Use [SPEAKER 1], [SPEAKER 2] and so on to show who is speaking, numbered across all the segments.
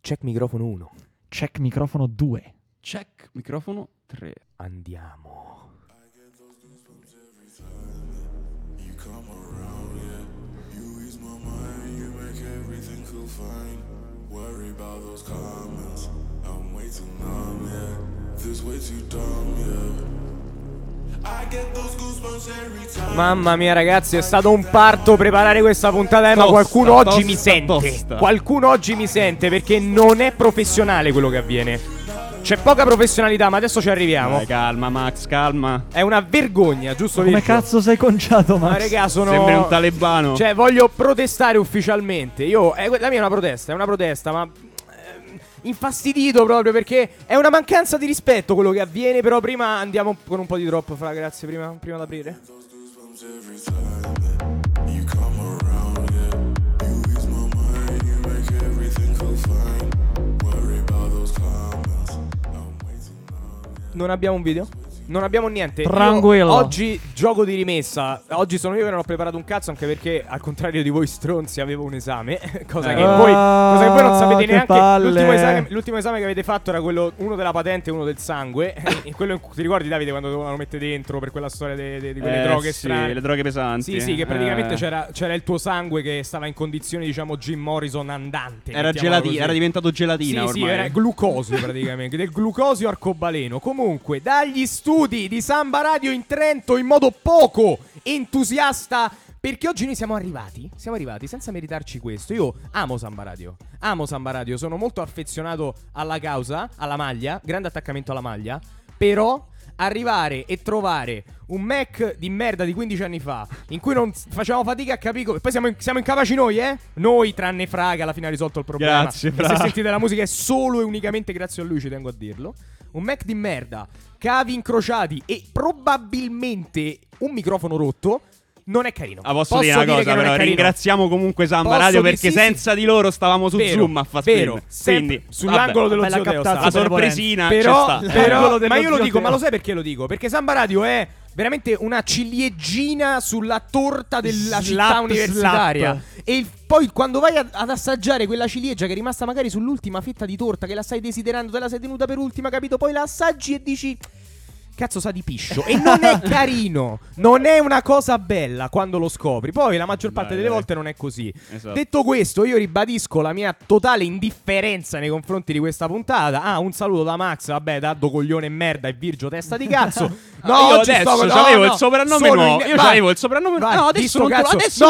[SPEAKER 1] Check microfono 1.
[SPEAKER 2] Check microfono 2.
[SPEAKER 3] Check microfono 3.
[SPEAKER 1] Andiamo. Mamma mia ragazzi, è stato un parto preparare questa puntata, ma qualcuno oggi mi sente. Qualcuno oggi mi sente, perché non è professionale quello che avviene. C'è poca professionalità, ma adesso ci arriviamo.
[SPEAKER 3] Dai, calma Max, calma.
[SPEAKER 1] È una vergogna, giusto?
[SPEAKER 2] Come
[SPEAKER 1] Virgio?
[SPEAKER 2] cazzo sei conciato, Max?
[SPEAKER 1] Ma raga, sono...
[SPEAKER 3] Sembri un talebano.
[SPEAKER 1] Cioè, voglio protestare ufficialmente. Io, la mia è una protesta, ma infastidito proprio, perché è una mancanza di rispetto quello che avviene. Però prima andiamo con un po' di drop, fra, grazie, prima di aprire. Non abbiamo un video? Non abbiamo niente.
[SPEAKER 2] Tranquillo.
[SPEAKER 1] Oggi gioco di rimessa. Oggi sono io che non ho preparato un cazzo, anche perché al contrario di voi stronzi avevo un esame. cosa che voi non sapete
[SPEAKER 2] che
[SPEAKER 1] neanche.
[SPEAKER 2] palle.
[SPEAKER 1] L'ultimo esame che avete fatto era quello, uno della patente e uno del sangue. E quello in cui, ti ricordi, Davide, quando dovevano mettere dentro per quella storia di quelle droghe strane?
[SPEAKER 3] le droghe pesanti.
[SPEAKER 1] Sì, che praticamente c'era il tuo sangue che stava in condizioni, diciamo, Jim Morrison andante.
[SPEAKER 3] Era gelatina, era diventato gelatina ormai.
[SPEAKER 1] Sì, era glucosio praticamente, del glucosio arcobaleno. Comunque, dagli studi di Samba Radio in Trento in modo poco entusiasta, perché oggi noi siamo arrivati senza meritarci questo. Io amo Samba Radio, sono molto affezionato alla causa, alla maglia, grande attaccamento alla maglia. Però arrivare e trovare un Mac di merda di 15 anni fa, in cui non facevamo fatica a capire e poi siamo incapaci noi, noi tranne Fra, che alla fine ha risolto il problema.
[SPEAKER 3] Grazie,
[SPEAKER 1] e
[SPEAKER 3] Fra.
[SPEAKER 1] se sentite la musica è solo e unicamente grazie a lui, ci tengo a dirlo. Un Mac di merda, cavi incrociati e probabilmente un microfono rotto. Non è carino.
[SPEAKER 3] Posso dire una cosa, però ringraziamo comunque Samba Radio, perché senza di loro stavamo su Zoom a fare
[SPEAKER 1] vero, quindi sull'angolo dello
[SPEAKER 2] bella
[SPEAKER 1] Zio Teo
[SPEAKER 2] captazza,
[SPEAKER 3] la
[SPEAKER 1] sta.
[SPEAKER 3] sorpresina
[SPEAKER 1] Però,
[SPEAKER 2] L'angolo dello
[SPEAKER 1] ma io lo
[SPEAKER 2] Zio
[SPEAKER 1] dico,
[SPEAKER 2] Teo.
[SPEAKER 1] ma lo sai perché lo dico? Perché Samba Radio è veramente una ciliegina sulla torta della città universitaria. E poi quando vai ad assaggiare quella ciliegia che è rimasta magari sull'ultima fetta di torta, che la stai desiderando, te la sei tenuta per ultima, capito? Poi la assaggi e dici: cazzo, sa di piscio. E non è carino. Non è una cosa bella quando lo scopri. Poi la maggior parte delle volte non è così.
[SPEAKER 3] Esatto.
[SPEAKER 1] Detto questo, io ribadisco la mia totale indifferenza nei confronti di questa puntata. Un saluto da Max. Vabbè, Daddo coglione e merda e Virgio testa di cazzo.
[SPEAKER 3] No, io adesso c'avevo il soprannome nuovo. Io c'avevo il soprannome nuovo. No, adesso non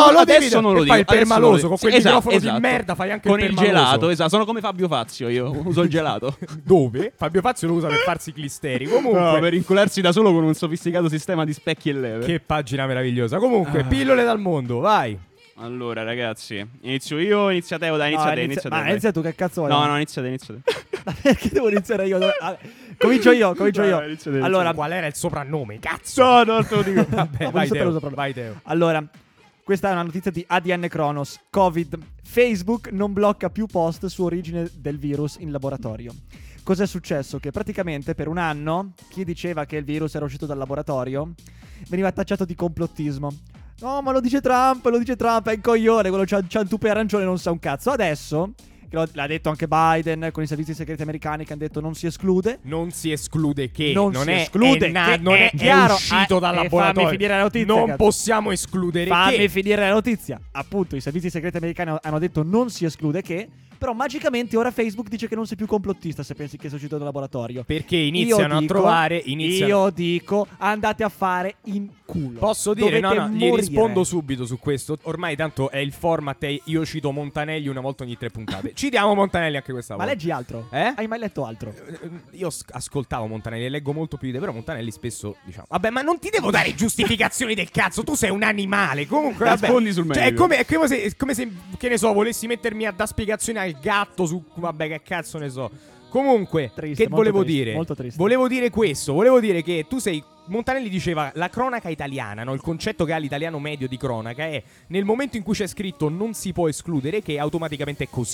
[SPEAKER 3] lo dico.
[SPEAKER 1] Fai il permaloso con quel microfono di merda. Fai anche
[SPEAKER 3] con
[SPEAKER 1] il
[SPEAKER 3] il
[SPEAKER 1] permaloso.
[SPEAKER 3] gelato, esatto. Sono come Fabio Fazio, io uso il gelato.
[SPEAKER 1] Dove? Fabio Fazio lo usa per farsi clisteri. Comunque,
[SPEAKER 3] No, per incularsi da solo con un sofisticato sistema di specchi e leve.
[SPEAKER 1] che pagina meravigliosa. Comunque, pillole dal mondo, vai.
[SPEAKER 3] Allora, ragazzi, inizio io, inizia te, dai, inizia te.
[SPEAKER 2] Inizia tu, che cazzo vuoi?
[SPEAKER 3] No, inizia te.
[SPEAKER 2] Ma perché devo iniziare io? Comincio io.
[SPEAKER 3] Inizia te.
[SPEAKER 2] Allora,
[SPEAKER 1] Qual era il soprannome? Cazzo!
[SPEAKER 3] No, te lo dico.
[SPEAKER 1] Vabbè,
[SPEAKER 2] No,
[SPEAKER 1] vai
[SPEAKER 2] voglio sapere
[SPEAKER 1] Teo.
[SPEAKER 2] lo soprannome.
[SPEAKER 1] Vai Teo.
[SPEAKER 2] allora, questa è una notizia di ADN Kronos. Covid. Facebook non blocca più post su origine del virus in laboratorio. Cos'è successo? Che praticamente per un anno chi diceva che il virus era uscito dal laboratorio veniva tacciato di complottismo. No, ma lo dice Trump, è un coglione, quello c'ha un tupè arancione, non sa un cazzo. Adesso, che l'ha detto anche Biden con i servizi segreti americani che hanno detto non si esclude.
[SPEAKER 1] Non si esclude che
[SPEAKER 2] Non
[SPEAKER 1] non
[SPEAKER 2] si
[SPEAKER 1] è
[SPEAKER 2] esclude che
[SPEAKER 1] non è
[SPEAKER 2] chiaro.
[SPEAKER 1] uscito dal
[SPEAKER 2] Fammi
[SPEAKER 1] laboratorio.
[SPEAKER 2] finire la notizia,
[SPEAKER 1] Non
[SPEAKER 2] cazzo.
[SPEAKER 1] possiamo escludere
[SPEAKER 2] Fammi
[SPEAKER 1] che
[SPEAKER 2] finire la notizia. Appunto, i servizi segreti americani hanno detto non si esclude che. Però magicamente ora Facebook dice che non sei più complottista se pensi che sia uscito dal laboratorio.
[SPEAKER 1] perché iniziano a trovare
[SPEAKER 2] Io dico andate a fare in culo.
[SPEAKER 1] Posso dire,
[SPEAKER 2] Dovete
[SPEAKER 1] no, gli
[SPEAKER 2] morire.
[SPEAKER 1] rispondo subito su questo. Ormai tanto è il format, io cito Montanelli una volta ogni 3 puntate. Citiamo Montanelli anche questa
[SPEAKER 2] Ma
[SPEAKER 1] volta.
[SPEAKER 2] leggi altro?
[SPEAKER 1] Eh?
[SPEAKER 2] Hai mai letto altro?
[SPEAKER 1] Io ascoltavo Montanelli e leggo molto più di te, però Montanelli spesso, diciamo, vabbè, ma non ti devo dare giustificazioni del cazzo, tu sei un animale. Comunque, vabbè,
[SPEAKER 3] Rispondi sul
[SPEAKER 1] cioè,
[SPEAKER 3] meglio.
[SPEAKER 1] è come se, che ne so, volessi mettermi a dare spiegazioni al gatto su, vabbè, che cazzo ne so. Comunque,
[SPEAKER 2] Triste,
[SPEAKER 1] che
[SPEAKER 2] molto
[SPEAKER 1] volevo
[SPEAKER 2] triste,
[SPEAKER 1] dire?
[SPEAKER 2] molto triste.
[SPEAKER 1] Volevo dire questo, volevo dire che tu sei... Montanelli diceva la cronaca italiana, no? Il concetto che ha l'italiano medio di cronaca è nel momento in cui c'è scritto non si può escludere che automaticamente è così.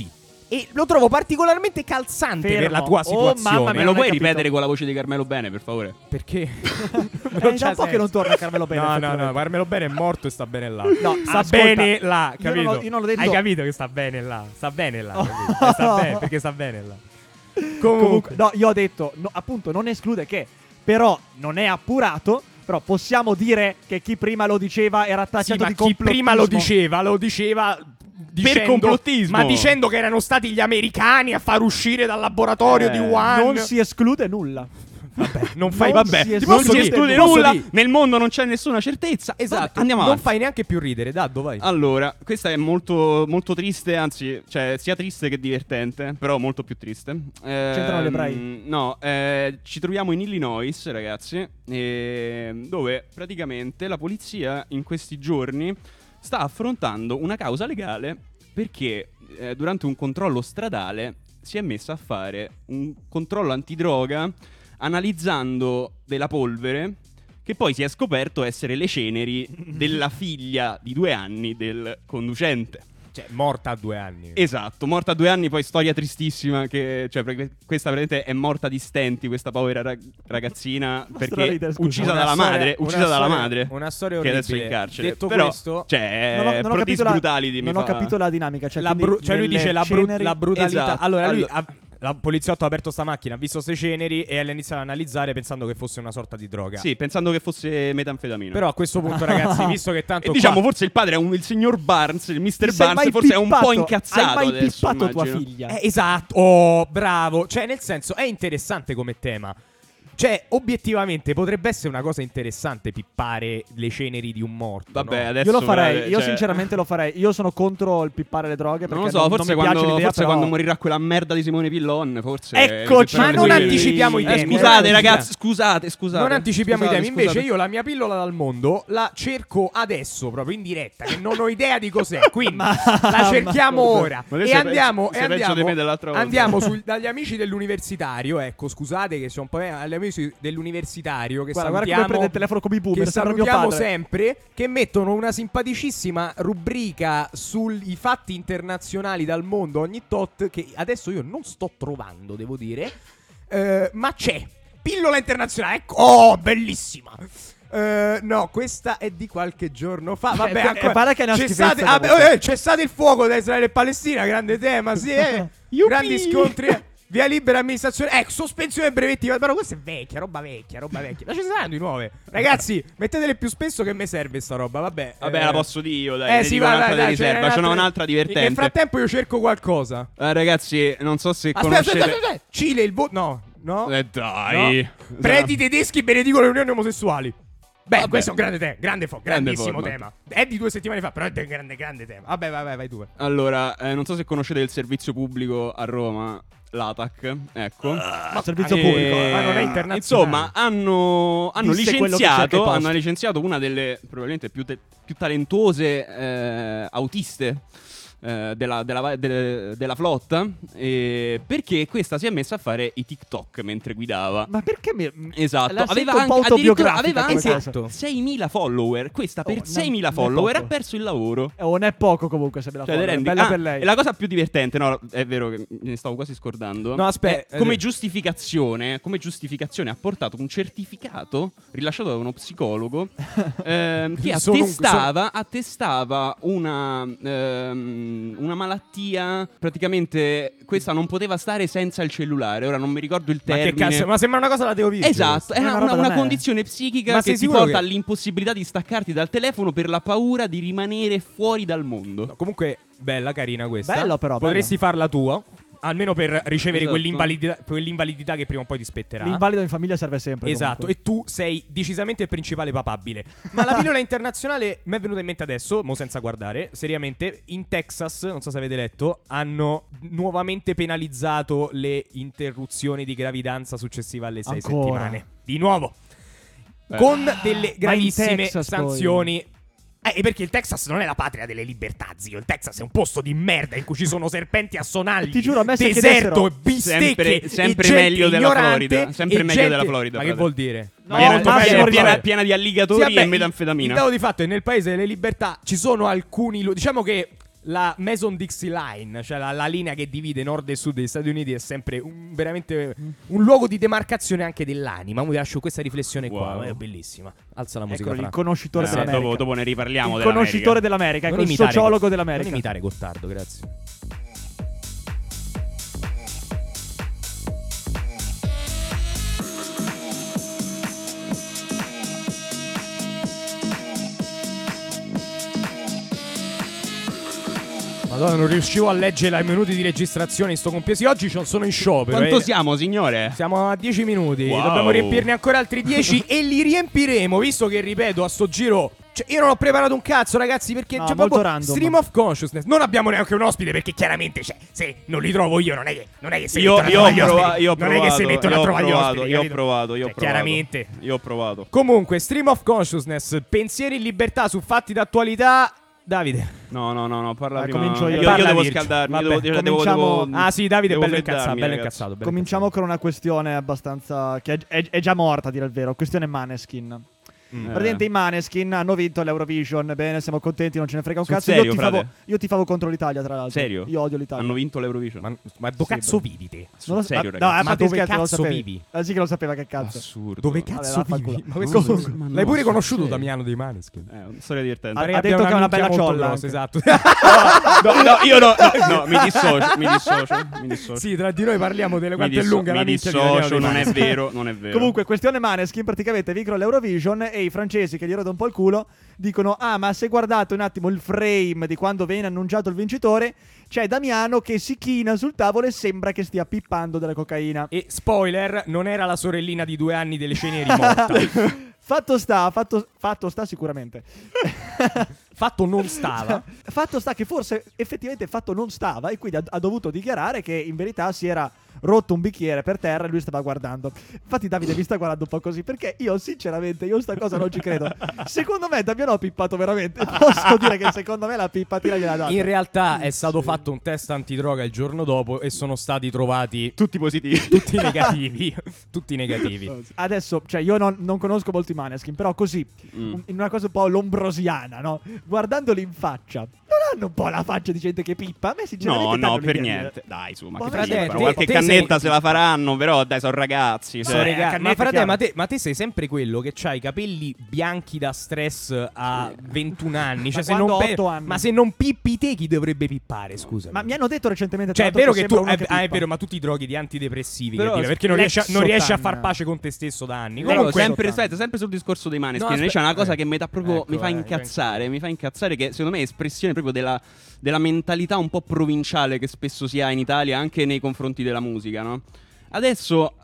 [SPEAKER 1] E lo trovo particolarmente calzante per la tua situazione.
[SPEAKER 2] Mamma mia,
[SPEAKER 3] Me lo puoi ripetere con la voce di Carmelo Bene, per favore?
[SPEAKER 1] Perché?
[SPEAKER 2] È già un po' che non torna Carmelo Bene.
[SPEAKER 1] No, Carmelo Bene è morto e sta bene là.
[SPEAKER 2] No,
[SPEAKER 1] sta
[SPEAKER 2] ascolta,
[SPEAKER 1] bene là, capito?
[SPEAKER 2] Io non l'ho detto.
[SPEAKER 1] Hai capito che sta bene là? Sta bene là, capito? Sta bene, perché sta bene là. Comunque,
[SPEAKER 2] no, io ho detto, appunto, non esclude che, però non è appurato. Però possiamo dire che chi prima lo diceva era tacciato di complottismo.
[SPEAKER 1] Chi prima lo diceva dicendo,
[SPEAKER 3] per complottismo.
[SPEAKER 1] Ma dicendo che erano stati gli americani a far uscire dal laboratorio di Wuhan.
[SPEAKER 2] Non si esclude nulla.
[SPEAKER 1] Vabbè, non
[SPEAKER 3] si esclude nulla. Nel mondo non c'è nessuna certezza.
[SPEAKER 1] Esatto.
[SPEAKER 3] Andiamo avanti.
[SPEAKER 1] Non fai neanche più ridere, Daddo, vai.
[SPEAKER 3] Allora, questa è molto, molto triste, anzi, cioè sia triste che divertente, però molto più triste.
[SPEAKER 2] C'entrano gli ebrei?
[SPEAKER 3] No, ci troviamo in Illinois, ragazzi, dove praticamente la polizia in questi giorni sta affrontando una causa legale perché durante un controllo stradale si è messa a fare un controllo antidroga analizzando della polvere che poi si è scoperto essere le ceneri della figlia di 2 anni del conducente.
[SPEAKER 1] Cioè, morta a 2 anni.
[SPEAKER 3] Esatto, morta a 2 anni, poi storia tristissima che, cioè, questa veramente è morta di stenti, questa povera ragazzina, perché uccisa dalla madre,
[SPEAKER 1] una storia orribile.
[SPEAKER 3] Che adesso è in carcere.
[SPEAKER 1] Detto
[SPEAKER 3] però,
[SPEAKER 1] questo,
[SPEAKER 3] cioè,
[SPEAKER 2] non ho capito
[SPEAKER 3] brutali
[SPEAKER 2] non ho capito la dinamica, cioè
[SPEAKER 1] lui dice la brutalità.
[SPEAKER 3] Esatto.
[SPEAKER 1] Allora, lui la poliziotto ha aperto sta macchina, ha visto ste ceneri e ha iniziato ad analizzare pensando che fosse una sorta di droga.
[SPEAKER 3] Sì, pensando che fosse metanfetamina.
[SPEAKER 1] Però a questo punto, ragazzi, visto che tanto
[SPEAKER 3] diciamo, forse il padre è il signor Barnes, il Mr. Barnes, forse è un po' incazzato.
[SPEAKER 2] Hai mai
[SPEAKER 3] adesso,
[SPEAKER 2] pippato tua
[SPEAKER 3] immagino.
[SPEAKER 2] figlia?
[SPEAKER 1] Esatto, oh, bravo. Cioè, nel senso, è interessante come tema. Cioè, obiettivamente potrebbe essere una cosa interessante pippare le ceneri di un morto.
[SPEAKER 3] Vabbè,
[SPEAKER 1] no?
[SPEAKER 3] adesso
[SPEAKER 2] io lo farei, io
[SPEAKER 3] cioè...
[SPEAKER 2] sinceramente lo farei. Io sono contro il pippare le droghe perché
[SPEAKER 3] non lo so, forse,
[SPEAKER 2] non mi piace l'idea, però...
[SPEAKER 3] quando morirà quella merda di Simone Pillon, forse.
[SPEAKER 2] Eccoci,
[SPEAKER 1] ma non anticipiamo i temi.
[SPEAKER 3] Scusate, ragazzi, scusate.
[SPEAKER 1] Non anticipiamo i temi. Invece io la mia pillola dal mondo la cerco adesso, proprio in diretta, che non ho idea di cos'è. Quindi la cerchiamo ora. E andiamo dagli amici dell'universitario. Ecco, scusate che sono un po' agli amici dell'universitario che
[SPEAKER 2] guarda come prende il telefono come i boomer,
[SPEAKER 1] che salutiamo sempre, che mettono una simpaticissima rubrica sui fatti internazionali dal mondo ogni tot, che adesso io non sto trovando, devo dire, ma c'è pillola internazionale, ecco, oh, bellissima. No, questa è di qualche giorno fa. Vabbè, ancora c'è stato il fuoco da Israele e Palestina, grande tema, sì, grandi scontri. Via libera amministrazione. Ecco, sospensione preventiva. Però questa è vecchia, roba vecchia. Ma ce ne saranno di nuove. Ragazzi, mettetele più spesso che mi serve sta roba. Vabbè,
[SPEAKER 3] la posso dire io, dai.
[SPEAKER 1] Sì, vai,
[SPEAKER 3] riserva. Ce n'ho un'altra divertente.
[SPEAKER 1] Nel frattempo io cerco qualcosa.
[SPEAKER 3] Ragazzi, non so se conoscete.
[SPEAKER 1] Aspetta. Cile, il voto. No.
[SPEAKER 3] Dai.
[SPEAKER 1] No. Preti tedeschi benedicono le unioni omosessuali. Beh, questo è un grande tema. Grandissimo tema. È di 2 settimane fa, però è un grande tema. Vabbè, vai tu.
[SPEAKER 3] Allora, non so se conoscete il servizio pubblico a Roma. L'ATAC, ecco.
[SPEAKER 2] Ma servizio pubblico, ma non è internazionale.
[SPEAKER 3] Insomma, hanno licenziato una delle probabilmente più talentuose autiste della flotta, perché questa si è messa a fare i TikTok mentre guidava.
[SPEAKER 2] Ma perché
[SPEAKER 3] esatto, aveva anche 6.000 follower. Questa per 6.000 follower ha perso il lavoro.
[SPEAKER 2] Non è poco comunque, se me la follower. Bella per lei.
[SPEAKER 3] E la cosa più divertente, no, è vero che ne stavo quasi scordando.
[SPEAKER 1] No, aspetta,
[SPEAKER 3] come giustificazione ha portato un certificato rilasciato da uno psicologo che attestava una malattia, praticamente questa non poteva stare senza il cellulare. Ora non mi ricordo il termine.
[SPEAKER 1] Ma che cazzo, ma sembra una cosa da teoria.
[SPEAKER 3] Esatto, è una condizione psichica che ti porta all'impossibilità di staccarti dal telefono per la paura di rimanere fuori dal mondo.
[SPEAKER 1] No, comunque, bella, carina questa.
[SPEAKER 2] Bello però.
[SPEAKER 1] Potresti farla tua. Almeno per ricevere quell'invalidità che prima o poi ti spetterà.
[SPEAKER 2] L'invalido in famiglia serve sempre.
[SPEAKER 1] Esatto,
[SPEAKER 2] comunque.
[SPEAKER 1] e tu sei decisamente il principale papabile. Ma la pillola internazionale mi è venuta in mente adesso, mo senza guardare, seriamente, in Texas, non so se avete letto, hanno nuovamente penalizzato le interruzioni di gravidanza successiva alle 6 settimane. Di nuovo. Con delle gravissime sanzioni. Poi. Perché il Texas non è la patria delle libertà, zio. Il Texas è un posto di merda in cui ci sono serpenti a sonagli.
[SPEAKER 2] Ti giuro, a me
[SPEAKER 1] deserto e bistecche.
[SPEAKER 3] Sempre meglio della Florida. Sempre meglio della Florida.
[SPEAKER 1] Ma che vuol dire?
[SPEAKER 3] No, piena di alligatori e metanfetamina.
[SPEAKER 1] Il dato di fatto è nel paese delle libertà ci sono alcuni. Diciamo che la Mason-Dixie Line, cioè la linea che divide nord e sud degli Stati Uniti, è sempre veramente un luogo di demarcazione anche dell'anima. Mi lascio questa riflessione qua, è bellissima. Alza la musica,
[SPEAKER 2] Eccolo, il conoscitore dell'America.
[SPEAKER 3] Dopo ne riparliamo.
[SPEAKER 2] Il conoscitore dell'America, ecco, il sociologo dell'America.
[SPEAKER 1] Non imitare Gottardo, grazie. Madonna, non riuscivo a leggere i minuti di registrazione in sto compiesi. Oggi sono in sciopero.
[SPEAKER 3] Quanto siamo, signore?
[SPEAKER 1] Siamo a 10 minuti.
[SPEAKER 3] Wow.
[SPEAKER 1] Dobbiamo riempirne ancora altri 10 e li riempiremo, visto che, ripeto, a sto giro... Cioè, io non ho preparato un cazzo, ragazzi, perché c'è proprio
[SPEAKER 2] random.
[SPEAKER 1] Stream of consciousness. Non abbiamo neanche un ospite, perché chiaramente, cioè, se non li trovo io, non è che se
[SPEAKER 3] Io ho
[SPEAKER 1] non è che se mettono a trovare gli ospiti.
[SPEAKER 3] Io ho provato.
[SPEAKER 1] Chiaramente.
[SPEAKER 3] Io ho provato.
[SPEAKER 1] Comunque, Stream of consciousness, pensieri in libertà su fatti d'attualità. Davide.
[SPEAKER 3] No, parla prima.
[SPEAKER 2] Comincio io.
[SPEAKER 3] Io devo
[SPEAKER 1] Virgil.
[SPEAKER 3] scaldarmi.
[SPEAKER 1] Vabbè,
[SPEAKER 3] Devo
[SPEAKER 1] Ah sì, Davide è
[SPEAKER 3] devo
[SPEAKER 1] bello incazzato,
[SPEAKER 3] freddarmi,
[SPEAKER 1] bello
[SPEAKER 3] ragazzi.
[SPEAKER 1] incazzato.
[SPEAKER 2] Cominciamo con una questione abbastanza che è già morta, a dire il vero. Questione Maneskin. Praticamente i Maneskin hanno vinto l'Eurovision. Bene, siamo contenti, non ce ne frega un
[SPEAKER 3] Sul
[SPEAKER 2] cazzo.
[SPEAKER 3] serio,
[SPEAKER 2] Io tifavo contro l'Italia, tra l'altro.
[SPEAKER 3] Serio?
[SPEAKER 2] Io odio l'Italia.
[SPEAKER 3] Hanno vinto l'Eurovision.
[SPEAKER 1] Ma dove cazzo vivi te?
[SPEAKER 2] Non lo so.
[SPEAKER 3] serio,
[SPEAKER 2] No,
[SPEAKER 3] ragazzi?
[SPEAKER 1] Ma
[SPEAKER 2] fatti
[SPEAKER 1] dove
[SPEAKER 2] scherzi, lo
[SPEAKER 1] cazzo
[SPEAKER 2] sapevi.
[SPEAKER 1] vivi?
[SPEAKER 2] Sì che lo sapeva, che cazzo.
[SPEAKER 3] Assurdo.
[SPEAKER 1] Dove
[SPEAKER 2] Vabbè,
[SPEAKER 1] cazzo
[SPEAKER 2] vaffanculo.
[SPEAKER 1] vivi? Ma
[SPEAKER 2] Comunque,
[SPEAKER 1] questo-
[SPEAKER 3] ma
[SPEAKER 1] l'hai
[SPEAKER 3] no,
[SPEAKER 1] pure conosciuto
[SPEAKER 3] sul serio.
[SPEAKER 1] Damiano dei Maneskin?
[SPEAKER 3] Una storia divertente.
[SPEAKER 2] Ha detto che è una bella ciolla anche.
[SPEAKER 1] Esatto.
[SPEAKER 3] No, mi dissocio.
[SPEAKER 1] Sì, tra di noi parliamo delle
[SPEAKER 3] Mi
[SPEAKER 1] quanto è lunga la
[SPEAKER 3] mi
[SPEAKER 1] minchia di Damiano
[SPEAKER 3] dissocio,
[SPEAKER 1] dei
[SPEAKER 3] non è
[SPEAKER 1] Maneskin.
[SPEAKER 3] vero, non è vero.
[SPEAKER 2] Comunque, questione Maneskin, praticamente vincono l'Eurovision e i francesi che gli rodono un po' il culo dicono: ah, ma se guardate un attimo il frame di quando viene annunciato il vincitore, c'è Damiano che si china sul tavolo e sembra che stia pippando della cocaina.
[SPEAKER 1] E spoiler, non era la sorellina di 2 anni delle Ceneri morta.
[SPEAKER 2] Fatto sta sicuramente.
[SPEAKER 1] Fatto non stava.
[SPEAKER 2] Fatto sta che forse effettivamente fatto non stava e quindi ha dovuto dichiarare che in verità si era rotto un bicchiere per terra e lui stava guardando. Infatti Davide mi sta guardando un po' così, perché io sinceramente sta cosa non ci credo. Secondo me Damiano ha pippato veramente. Posso dire che secondo me la pippatina gliel'ha data.
[SPEAKER 1] In realtà è stato fatto un test antidroga il giorno dopo e sono stati trovati
[SPEAKER 3] tutti positivi.
[SPEAKER 1] tutti negativi. Tutti negativi.
[SPEAKER 2] Adesso, cioè, io non conosco molto i Maneskin, però così, in una cosa un po' lombrosiana, no? Guardandoli in faccia, non hanno un po' la faccia di gente che pippa? A me sinceramente
[SPEAKER 3] No,
[SPEAKER 2] tanto
[SPEAKER 3] per
[SPEAKER 2] mi viene.
[SPEAKER 3] niente. Dai, su, ma
[SPEAKER 2] Ma
[SPEAKER 3] che
[SPEAKER 2] frate,
[SPEAKER 3] frega,
[SPEAKER 1] te-
[SPEAKER 3] qualche
[SPEAKER 1] te
[SPEAKER 3] cannetta
[SPEAKER 1] sei-
[SPEAKER 3] se la faranno, però dai, sono ragazzi.
[SPEAKER 1] So,
[SPEAKER 3] Cioè.
[SPEAKER 1] raga,
[SPEAKER 2] cannetta,
[SPEAKER 1] ma frate,
[SPEAKER 2] chiaro.
[SPEAKER 1] ma te sei sempre quello che c'ha i capelli bianchi da stress a 21 anni. Cioè,
[SPEAKER 2] Ma
[SPEAKER 1] se non
[SPEAKER 2] quando 8 anni?
[SPEAKER 1] ma se non pippi te, chi dovrebbe pippare? Scusa.
[SPEAKER 2] Ma mi hanno detto recentemente
[SPEAKER 1] Cioè, è
[SPEAKER 2] tra
[SPEAKER 1] vero
[SPEAKER 2] l'altro
[SPEAKER 1] che tu.
[SPEAKER 2] sembra uno che
[SPEAKER 1] È
[SPEAKER 2] pippa.
[SPEAKER 1] vero, ma tu ti droghi di antidepressivi.
[SPEAKER 2] Però
[SPEAKER 1] che dire, perché non riesci, a
[SPEAKER 2] Lexotan.
[SPEAKER 1] far pace con te stesso da anni.
[SPEAKER 3] Però
[SPEAKER 1] Comunque,
[SPEAKER 3] sempre sul discorso dei Maneskin,
[SPEAKER 1] No,
[SPEAKER 3] c'è una cosa
[SPEAKER 1] aspetta.
[SPEAKER 3] che mi
[SPEAKER 1] Ecco,
[SPEAKER 3] fa incazzare. Mi fa incazzare che secondo me è espressione proprio della mentalità un po' provinciale che spesso si ha in Italia anche nei confronti della musica, no? Adesso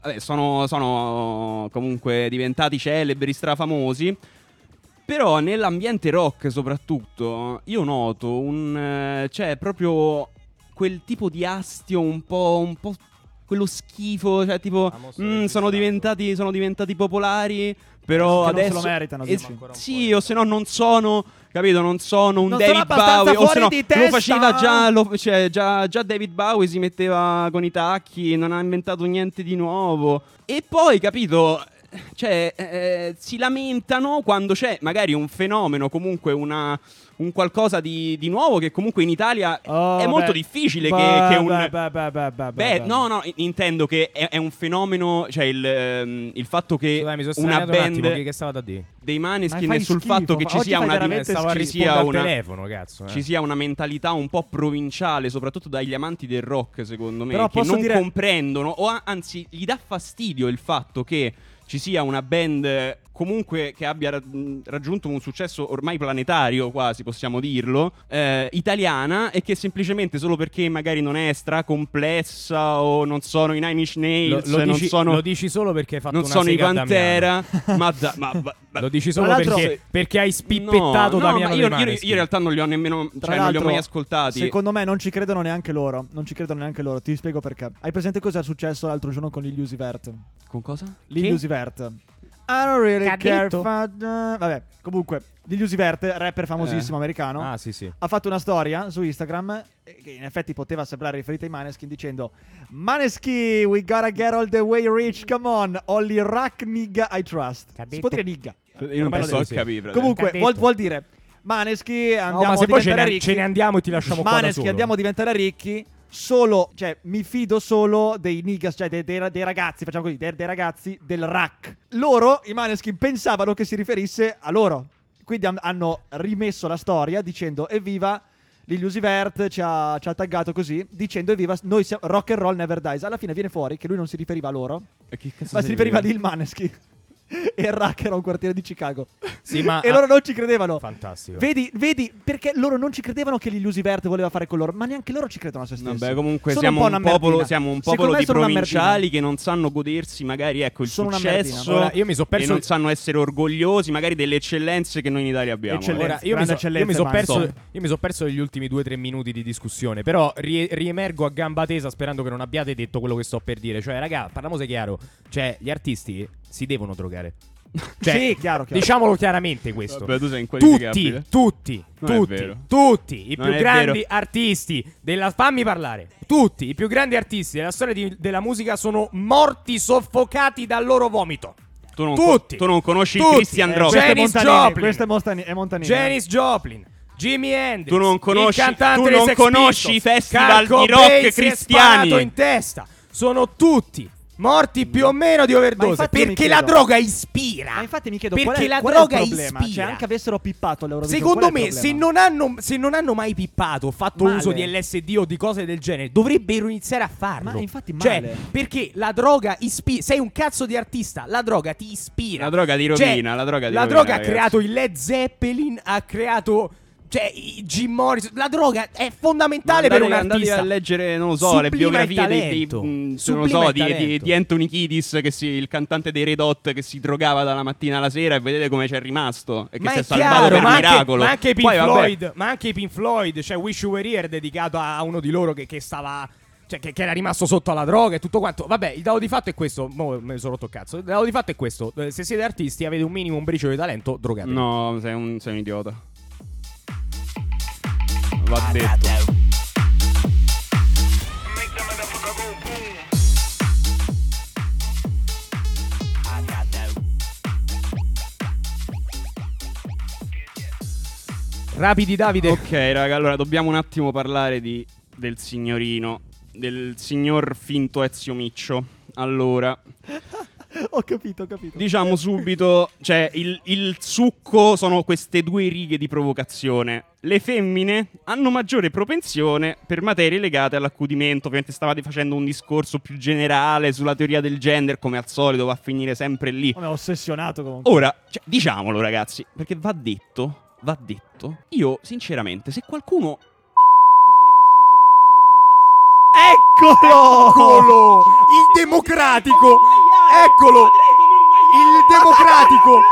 [SPEAKER 3] sono comunque diventati celebri, strafamosi. Però nell'ambiente rock soprattutto io noto c'è proprio quel tipo di astio un po' quello schifo, cioè tipo sono diventati popolari, però
[SPEAKER 2] Che non se
[SPEAKER 3] adesso
[SPEAKER 2] lo meritano, dici.
[SPEAKER 3] sì, o se no non sono, capito, non sono un
[SPEAKER 2] Non sono
[SPEAKER 3] David
[SPEAKER 2] abbastanza
[SPEAKER 3] Bowie, o se
[SPEAKER 2] fuori
[SPEAKER 3] no
[SPEAKER 2] di
[SPEAKER 3] lo
[SPEAKER 2] testa.
[SPEAKER 3] faceva già David Bowie si metteva con i tacchi, non ha inventato niente di nuovo. E poi, capito, cioè si lamentano quando c'è magari un fenomeno, comunque un qualcosa di nuovo che comunque in Italia è molto difficile che un... Beh, no, intendo che è un fenomeno, cioè il fatto che
[SPEAKER 1] Scusami, mi sono
[SPEAKER 3] una
[SPEAKER 1] straniato un attimo,
[SPEAKER 3] band
[SPEAKER 1] che stava da dire?
[SPEAKER 3] dei
[SPEAKER 2] Ma
[SPEAKER 3] Maneskin
[SPEAKER 2] fai
[SPEAKER 3] è sul
[SPEAKER 2] schifo,
[SPEAKER 3] fatto che
[SPEAKER 2] ma
[SPEAKER 3] ci
[SPEAKER 2] oggi
[SPEAKER 3] sia
[SPEAKER 2] fai
[SPEAKER 3] una
[SPEAKER 2] veramente
[SPEAKER 1] Stavo a
[SPEAKER 3] ci
[SPEAKER 1] rispondere
[SPEAKER 3] sia
[SPEAKER 1] al
[SPEAKER 3] una
[SPEAKER 1] telefono, cazzo.
[SPEAKER 3] ci sia una mentalità un po' provinciale, soprattutto dagli amanti del rock, secondo me,
[SPEAKER 2] Però
[SPEAKER 3] che
[SPEAKER 2] posso
[SPEAKER 3] non
[SPEAKER 2] dire-
[SPEAKER 3] comprendono, o anzi gli dà fastidio il fatto che ci sia una band comunque che abbia raggiunto un successo ormai planetario, quasi possiamo dirlo, italiana, e che semplicemente solo perché magari non è complessa o non sono i Nine Inch Nails,
[SPEAKER 1] Lo dici solo perché hai fatto
[SPEAKER 3] non
[SPEAKER 1] una
[SPEAKER 3] sono i
[SPEAKER 1] sega a Damiano.
[SPEAKER 3] Pantera, ma
[SPEAKER 1] Lo dici solo
[SPEAKER 2] Tra l'altro-
[SPEAKER 1] perché hai spippettato
[SPEAKER 3] no,
[SPEAKER 1] Damiano
[SPEAKER 3] ma
[SPEAKER 1] dei
[SPEAKER 3] io
[SPEAKER 1] Maneskin.
[SPEAKER 3] in realtà non li ho nemmeno,
[SPEAKER 2] Tra
[SPEAKER 3] cioè non li ho
[SPEAKER 2] l'altro,
[SPEAKER 3] mai ascoltati.
[SPEAKER 2] Secondo me non ci credono neanche loro. Ti spiego perché. Hai presente cosa è successo l'altro giorno con Lil Uzi Vert?
[SPEAKER 3] Con cosa?
[SPEAKER 2] Lil Uzi Vert. I don't really
[SPEAKER 1] Che ha
[SPEAKER 2] care
[SPEAKER 1] detto?
[SPEAKER 2] Vabbè, comunque Lil Uzi Vert, rapper famosissimo americano,
[SPEAKER 1] Ah, sì.
[SPEAKER 2] ha fatto una storia su Instagram che in effetti poteva sembrare riferita ai Maneskin, dicendo: Maneskin, we gotta get all the way rich, come on, only rock nigga I trust.
[SPEAKER 1] Che ha
[SPEAKER 2] Si può
[SPEAKER 1] detto?
[SPEAKER 2] dire nigga.
[SPEAKER 3] Io non
[SPEAKER 2] Ormai lo
[SPEAKER 3] posso
[SPEAKER 2] dico.
[SPEAKER 3] capire.
[SPEAKER 2] Comunque
[SPEAKER 1] Che ha detto?
[SPEAKER 2] vuol dire Maneschi,
[SPEAKER 1] No,
[SPEAKER 2] andiamo
[SPEAKER 1] ma
[SPEAKER 2] a
[SPEAKER 1] se poi
[SPEAKER 2] diventare ricchi.
[SPEAKER 1] ce ne andiamo e ti lasciamo qua da
[SPEAKER 2] Maneschi,
[SPEAKER 1] solo.
[SPEAKER 2] andiamo a diventare ricchi. Solo, cioè, mi fido solo dei niggas, cioè dei ragazzi, facciamo così, dei ragazzi del rack. Loro, i Maneskin, pensavano che si riferisse a loro. Quindi hanno rimesso la storia dicendo evviva, Lil Uzi Vert ci ha taggato così, dicendo evviva, noi siamo rock and roll never dies. Alla fine viene fuori che lui non si riferiva a loro, ma si riferiva a Lil Maneskin. E il rack era un quartiere di Chicago.
[SPEAKER 1] Sì, ma
[SPEAKER 2] e loro non ci credevano.
[SPEAKER 1] Fantastico.
[SPEAKER 2] Vedi, perché loro non ci credevano che Lil Uzi Vert voleva fare con loro, ma neanche loro ci credono a se stessi.
[SPEAKER 3] Vabbè, comunque
[SPEAKER 2] Sono
[SPEAKER 3] siamo
[SPEAKER 2] po'
[SPEAKER 3] un
[SPEAKER 2] una
[SPEAKER 3] popolo,
[SPEAKER 2] merdina.
[SPEAKER 3] siamo un
[SPEAKER 2] Secondo
[SPEAKER 3] popolo
[SPEAKER 2] me
[SPEAKER 3] di
[SPEAKER 2] sono una
[SPEAKER 3] provinciali
[SPEAKER 2] merdina.
[SPEAKER 3] che non sanno godersi magari ecco il
[SPEAKER 2] Sono una
[SPEAKER 3] successo.
[SPEAKER 2] merdina.
[SPEAKER 1] Ora, io mi sono
[SPEAKER 3] e
[SPEAKER 1] perso
[SPEAKER 3] non sanno essere orgogliosi magari delle eccellenze che noi in Italia abbiamo.
[SPEAKER 2] Eccellenze.
[SPEAKER 1] Ora, io
[SPEAKER 2] grande
[SPEAKER 1] mi sono
[SPEAKER 2] eccellenza,
[SPEAKER 1] perso, io mi son perso negli ultimi 2-3 minuti di discussione. Però riemergo a gamba tesa sperando che non abbiate detto quello che sto per dire. Cioè, raga, parliamose chiaro. Cioè, gli artisti si devono drogare. Cioè,
[SPEAKER 2] Sì, chiaro.
[SPEAKER 1] diciamolo chiaramente questo.
[SPEAKER 3] Vabbè, tu sei inqualificabile.
[SPEAKER 1] Tutti,
[SPEAKER 3] Non è vero.
[SPEAKER 1] tutti i
[SPEAKER 3] Non
[SPEAKER 1] più
[SPEAKER 3] è
[SPEAKER 1] grandi
[SPEAKER 3] vero.
[SPEAKER 1] artisti della... Fammi parlare. Tutti i più grandi artisti della storia della musica sono morti soffocati dal loro vomito.
[SPEAKER 3] Tu non,
[SPEAKER 1] Tutti.
[SPEAKER 3] tu non conosci il
[SPEAKER 1] Tutti.
[SPEAKER 3] Christian Drog.
[SPEAKER 1] Janis
[SPEAKER 2] Questo è Montanini,
[SPEAKER 1] Joplin.
[SPEAKER 2] questo è Montanini.
[SPEAKER 1] Janis Joplin, Jimi Hendrix,
[SPEAKER 3] Tu non conosci-
[SPEAKER 1] il cantante
[SPEAKER 3] tu
[SPEAKER 1] dei
[SPEAKER 3] non
[SPEAKER 1] Sex
[SPEAKER 3] conosci
[SPEAKER 1] Pistols,
[SPEAKER 3] i festival
[SPEAKER 1] Kurt
[SPEAKER 3] di rock
[SPEAKER 1] Cobain si è
[SPEAKER 3] cristiani.
[SPEAKER 1] sparato in testa. Sono tutti morti più o meno di overdose.
[SPEAKER 2] infatti io mi
[SPEAKER 1] Perché la
[SPEAKER 2] chiedo-
[SPEAKER 1] droga ispira.
[SPEAKER 2] Ma infatti mi chiedo
[SPEAKER 1] perché la
[SPEAKER 2] qual
[SPEAKER 1] droga
[SPEAKER 2] è il problema?
[SPEAKER 1] ispira.
[SPEAKER 2] Cioè, anche avessero pippato l'Eurovision,
[SPEAKER 1] Secondo
[SPEAKER 2] qual è il
[SPEAKER 1] me,
[SPEAKER 2] problema?
[SPEAKER 1] se non hanno mai pippato o fatto
[SPEAKER 2] Male.
[SPEAKER 1] uso di LSD o di cose del genere, dovrebbero iniziare a farlo.
[SPEAKER 2] Ma infatti
[SPEAKER 1] Cioè,
[SPEAKER 2] male.
[SPEAKER 1] perché la droga ispira. Sei un cazzo di artista, la droga ti ispira.
[SPEAKER 3] La droga ti
[SPEAKER 1] Cioè,
[SPEAKER 3] rovina, la droga ti
[SPEAKER 1] la
[SPEAKER 3] rovina,
[SPEAKER 1] droga ha
[SPEAKER 3] ragazzi.
[SPEAKER 1] creato il Led Zeppelin, ha creato... Cioè, i Jim Morrison. La droga è fondamentale per un
[SPEAKER 3] Andate
[SPEAKER 1] artista.
[SPEAKER 3] a leggere, non lo so, le
[SPEAKER 1] Sublima il
[SPEAKER 3] biografie
[SPEAKER 1] talento.
[SPEAKER 3] non lo
[SPEAKER 1] Sublima
[SPEAKER 3] so,
[SPEAKER 1] il
[SPEAKER 3] di
[SPEAKER 1] talento.
[SPEAKER 3] Anthony Kiedis, il cantante dei Red Hot che si drogava dalla mattina alla sera, e vedete come c'è rimasto e che
[SPEAKER 1] Ma
[SPEAKER 3] si è
[SPEAKER 1] è
[SPEAKER 3] salvato
[SPEAKER 1] chiaro,
[SPEAKER 3] per
[SPEAKER 1] ma
[SPEAKER 3] miracolo.
[SPEAKER 1] anche i Pink
[SPEAKER 3] Poi, vabbè,
[SPEAKER 1] Floyd, ma anche i Pink Floyd, cioè Wish You Were Here, dedicato a uno di loro che stava, cioè che era rimasto sotto alla droga e tutto quanto. Vabbè, il dato di fatto è questo. Mo me ne sono rotto il cazzo. Il dato di fatto è questo: se siete artisti, avete un minimo, un briciolo di talento, drogatevi.
[SPEAKER 3] No, sei un idiota. Va detto.
[SPEAKER 1] Rapidi, Davide.
[SPEAKER 3] Ok, raga, allora dobbiamo un attimo parlare del signorino, del signor finto Ezio Miccio. Allora,
[SPEAKER 2] Ho capito.
[SPEAKER 3] diciamo subito, cioè il succo sono queste due righe di provocazione. Le femmine hanno maggiore propensione per materie legate all'accudimento. Ovviamente stavate facendo un discorso più generale sulla teoria del gender, come al solito va a finire sempre lì.
[SPEAKER 2] Mi è ossessionato comunque.
[SPEAKER 3] Ora, cioè, diciamolo ragazzi, perché va detto, io sinceramente, se qualcuno
[SPEAKER 2] Eccolo!
[SPEAKER 1] Il democratico. Eccolo. Il democratico.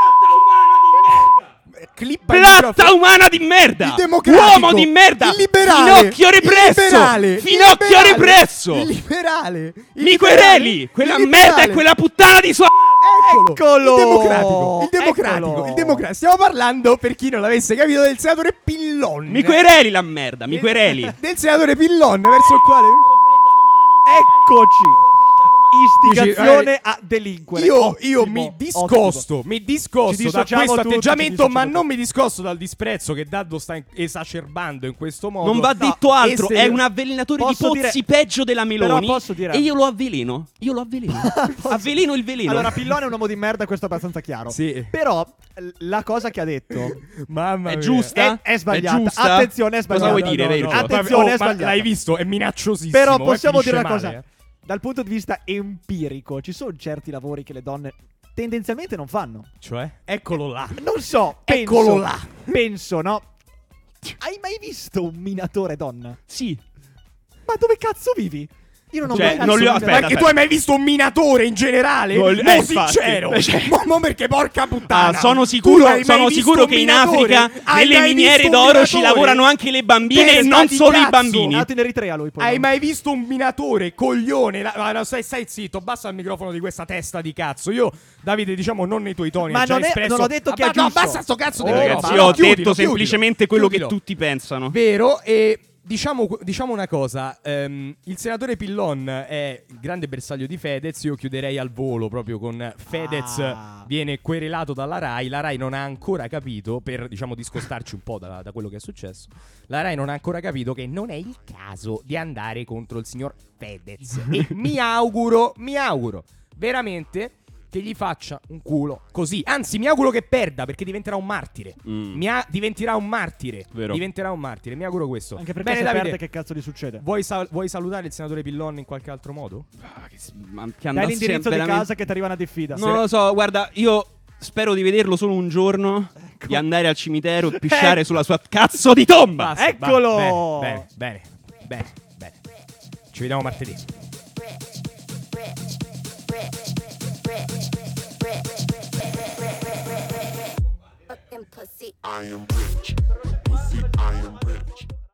[SPEAKER 1] Clippa il
[SPEAKER 3] Platta
[SPEAKER 1] microfono.
[SPEAKER 3] umana di merda!
[SPEAKER 1] Il democratico.
[SPEAKER 3] Uomo di merda!
[SPEAKER 1] Il liberale.
[SPEAKER 3] Finocchio represso!
[SPEAKER 1] Il liberale.
[SPEAKER 3] Finocchio
[SPEAKER 1] Il liberale.
[SPEAKER 3] represso!
[SPEAKER 1] Il liberale. Il
[SPEAKER 3] Mi
[SPEAKER 1] liberale.
[SPEAKER 3] quereli! Quella
[SPEAKER 1] Il
[SPEAKER 3] merda
[SPEAKER 1] liberale.
[SPEAKER 3] è quella puttana di sua...
[SPEAKER 2] Eccolo.
[SPEAKER 1] Il democratico. Il democratico.
[SPEAKER 2] Eccolo.
[SPEAKER 1] Il democratico. Stiamo parlando, per chi non l'avesse capito, del senatore Pillon.
[SPEAKER 3] Mi quereli la merda, mi quereli!
[SPEAKER 1] Del senatore Pillon, verso il quale...
[SPEAKER 2] Eccoci. Istigazione a delinquere.
[SPEAKER 1] Io
[SPEAKER 2] Ottimo,
[SPEAKER 1] mi discosto
[SPEAKER 2] Ci
[SPEAKER 1] da
[SPEAKER 2] dissociamo
[SPEAKER 1] questo
[SPEAKER 2] tutti,
[SPEAKER 1] atteggiamento,
[SPEAKER 2] ci
[SPEAKER 1] ma
[SPEAKER 2] dissociamo
[SPEAKER 1] non mi discosto dal disprezzo che Daddo sta esacerbando in questo modo.
[SPEAKER 3] Non va
[SPEAKER 1] No,
[SPEAKER 3] detto altro, è
[SPEAKER 1] estere-
[SPEAKER 3] un avvelenatore di
[SPEAKER 2] Posso
[SPEAKER 3] pozzi
[SPEAKER 2] dire-
[SPEAKER 3] peggio della Meloni.
[SPEAKER 2] Però posso dire-
[SPEAKER 3] E io lo avveleno. Avveleno il veleno.
[SPEAKER 2] Allora, Pillone è un uomo di merda, questo è abbastanza chiaro.
[SPEAKER 1] Sì.
[SPEAKER 2] Però la cosa che ha detto
[SPEAKER 1] Mamma
[SPEAKER 3] È
[SPEAKER 1] mia.
[SPEAKER 3] giusta?
[SPEAKER 2] è sbagliata.
[SPEAKER 3] È giusta?
[SPEAKER 2] Attenzione, è sbagliata.
[SPEAKER 3] Cosa vuoi dire, Virgio?
[SPEAKER 2] Attenzione, è
[SPEAKER 1] ma
[SPEAKER 2] sbagliata.
[SPEAKER 1] l'hai visto? È minacciosissimo.
[SPEAKER 2] Però possiamo
[SPEAKER 1] finisce
[SPEAKER 2] dire una
[SPEAKER 1] male,
[SPEAKER 2] cosa. Dal punto di vista empirico, ci sono certi lavori che le donne tendenzialmente non fanno.
[SPEAKER 1] Cioè? Eccolo là.
[SPEAKER 2] Non so,
[SPEAKER 1] Eccolo là.
[SPEAKER 2] Penso, no? Hai mai visto un minatore donna?
[SPEAKER 3] Sì.
[SPEAKER 2] Ma dove cazzo vivi? Io non ho
[SPEAKER 3] Cioè,
[SPEAKER 2] mai visto
[SPEAKER 3] non li ho-
[SPEAKER 2] un minatore.
[SPEAKER 3] aspetta,
[SPEAKER 1] Ma che tu hai mai visto un minatore in generale?
[SPEAKER 3] Non-
[SPEAKER 1] Mo
[SPEAKER 3] infatti.
[SPEAKER 1] sincero.
[SPEAKER 3] Cioè-
[SPEAKER 1] Mo perché porca puttana.
[SPEAKER 3] Sono
[SPEAKER 1] Tu
[SPEAKER 3] sicuro,
[SPEAKER 1] hai mai
[SPEAKER 3] sono
[SPEAKER 1] visto
[SPEAKER 3] sicuro
[SPEAKER 1] un
[SPEAKER 3] che in
[SPEAKER 1] minatore?
[SPEAKER 3] Africa
[SPEAKER 1] Hai
[SPEAKER 3] nelle
[SPEAKER 1] mai
[SPEAKER 3] miniere
[SPEAKER 1] visto un
[SPEAKER 3] d'oro ci
[SPEAKER 1] minatore?
[SPEAKER 3] lavorano anche le bambine e
[SPEAKER 1] Testa
[SPEAKER 3] non
[SPEAKER 1] di
[SPEAKER 3] solo i
[SPEAKER 1] cazzo.
[SPEAKER 2] È
[SPEAKER 3] bambini.
[SPEAKER 2] nato in Eritrea lui poi.
[SPEAKER 1] Hai
[SPEAKER 2] no?
[SPEAKER 1] mai visto un minatore, coglione? No, stai zitto, basta il microfono di questa testa di cazzo. Io, Davide, diciamo non nei tuoi toni.
[SPEAKER 2] Ma
[SPEAKER 1] hai già
[SPEAKER 2] non è-
[SPEAKER 1] espresso...
[SPEAKER 2] non ho detto che è
[SPEAKER 1] No,
[SPEAKER 2] giusto.
[SPEAKER 1] basta sto cazzo di
[SPEAKER 2] Oh,
[SPEAKER 1] microfono.
[SPEAKER 3] Ragazzi, io ho
[SPEAKER 1] Chiudilo,
[SPEAKER 3] detto semplicemente quello
[SPEAKER 1] chiudilo.
[SPEAKER 3] che tutti pensano.
[SPEAKER 1] Vero, e Diciamo una cosa, il senatore Pillon è il grande bersaglio di Fedez. Io chiuderei al volo proprio con Fedez viene querelato dalla Rai. La Rai non ha ancora capito, per diciamo discostarci un po' da quello che è successo, la Rai non ha ancora capito che non è il caso di andare contro il signor Fedez. E mi auguro veramente che gli faccia un culo così. Anzi, mi auguro che perda, perché diventerà un martire. Diventerà un martire.
[SPEAKER 3] Vero.
[SPEAKER 1] Diventerà un martire. Mi auguro questo.
[SPEAKER 2] Anche perché
[SPEAKER 1] Bene,
[SPEAKER 2] se
[SPEAKER 1] Davide,
[SPEAKER 2] perde che cazzo gli succede?
[SPEAKER 1] vuoi salutare il senatore Pillon in qualche altro modo?
[SPEAKER 3] Che
[SPEAKER 2] Dai l'indirizzo di
[SPEAKER 3] veramente...
[SPEAKER 2] casa che ti arriva una diffida.
[SPEAKER 3] Non lo so, guarda, io spero di vederlo solo un giorno, di andare al cimitero e pisciare sulla sua cazzo di tomba.
[SPEAKER 1] Basta,
[SPEAKER 2] Eccolo!
[SPEAKER 1] Bene. Ci vediamo martedì.
[SPEAKER 4] Pussy, I am rich. Pussy, I am rich.